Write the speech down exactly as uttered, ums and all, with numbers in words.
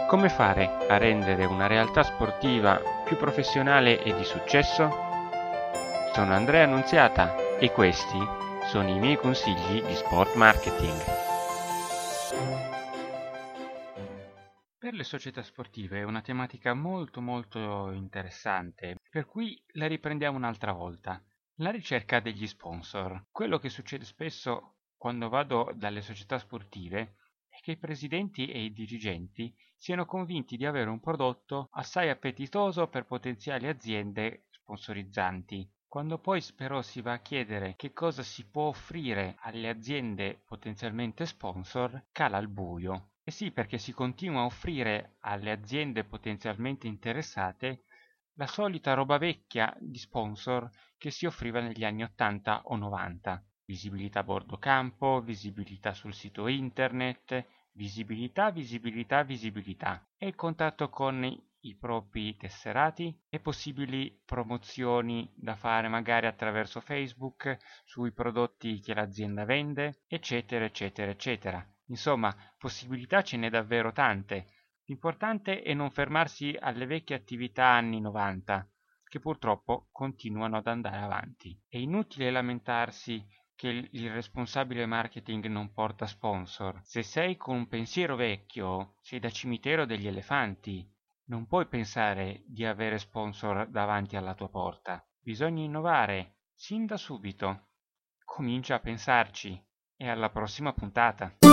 Come fare a rendere una realtà sportiva più professionale e di successo? Sono Andrea Annunziata e questi sono i miei consigli di sport marketing. Per le società sportive è una tematica molto molto interessante, per cui la riprendiamo un'altra volta. La ricerca degli sponsor. Quello che succede spesso quando vado dalle società sportive è che i presidenti e i dirigenti siano convinti di avere un prodotto assai appetitoso per potenziali aziende sponsorizzanti. Quando poi però si va a chiedere che cosa si può offrire alle aziende potenzialmente sponsor, cala il buio. E sì, perché si continua a offrire alle aziende potenzialmente interessate la solita roba vecchia di sponsor che si offriva negli anni ottanta o novanta. Visibilità a bordo campo, visibilità sul sito internet, visibilità, visibilità, visibilità. E il contatto con i propri tesserati e possibili promozioni da fare magari attraverso Facebook sui prodotti che l'azienda vende, eccetera, eccetera, eccetera. Insomma, possibilità ce n'è davvero tante. L'importante è non fermarsi alle vecchie attività anni novanta, che purtroppo continuano ad andare avanti. È inutile lamentarsi che il, il responsabile marketing non porta sponsor. Se sei con un pensiero vecchio, sei da cimitero degli elefanti. Non puoi pensare di avere sponsor davanti alla tua porta. Bisogna innovare, sin da subito. Comincia a pensarci. E alla prossima puntata.